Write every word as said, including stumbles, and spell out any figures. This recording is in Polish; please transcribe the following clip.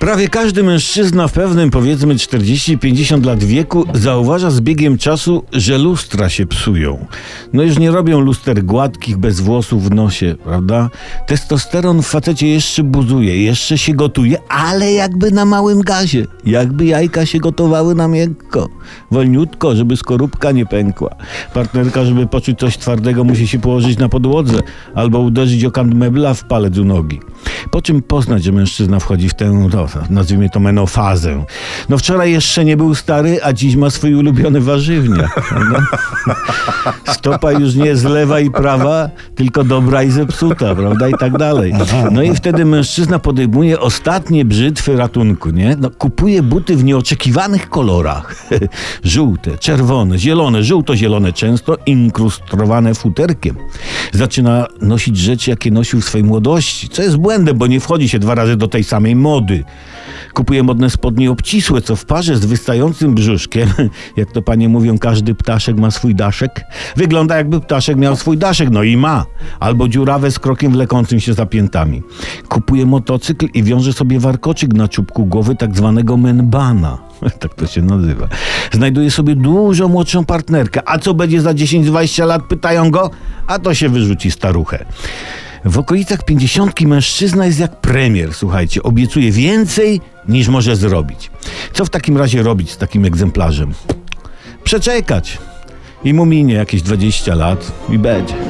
Prawie każdy mężczyzna w pewnym, powiedzmy czterdzieści pięćdziesiąt lat wieku zauważa z biegiem czasu, że lustra się psują. No już nie robią luster gładkich, bez włosów w nosie, prawda? Testosteron w facecie jeszcze buzuje, jeszcze się gotuje, ale jakby na małym gazie. Jakby jajka się gotowały na miękko. Wolniutko, żeby skorupka nie pękła. Partnerka, żeby poczuć coś twardego, musi się położyć na podłodze albo uderzyć o kant mebla w palec u nogi. Po czym poznać, że mężczyzna wchodzi w tę, no, nazwijmy to menofazę. No wczoraj jeszcze nie był stary, a dziś ma swój ulubiony warzywniak. Prawda? Stopa już nie jest lewa i prawa, tylko dobra i zepsuta, prawda? I tak dalej. No i wtedy mężczyzna podejmuje ostatnie brzytwy ratunku, nie? No, kupuje buty w nieoczekiwanych kolorach. Żółte, czerwone, zielone, żółto-zielone, często inkrustrowane futerkiem. Zaczyna nosić rzeczy, jakie nosił w swojej młodości, co jest błędem, bo nie wchodzi się dwa razy do tej samej mody. Kupuje modne spodnie obcisłe, co w parze z wystającym brzuszkiem, jak to panie mówią, każdy ptaszek ma swój daszek, wygląda jakby ptaszek miał swój daszek, no i ma. Albo dziurawe z krokiem wlekącym się za piętami. Kupuje motocykl i wiąże sobie warkoczyk na czubku głowy, tak zwanego menbana. Tak to się nazywa. Znajduje sobie dużo młodszą partnerkę. A co będzie za dziesięć dwadzieścia lat? Pytają go. A to się wyrzuci staruchę. W okolicach pięćdziesiątki mężczyzna jest jak premier, słuchajcie, obiecuje więcej niż może zrobić. Co w takim razie robić z takim egzemplarzem? Przeczekać. I mu minie jakieś dwadzieścia lat i będzie.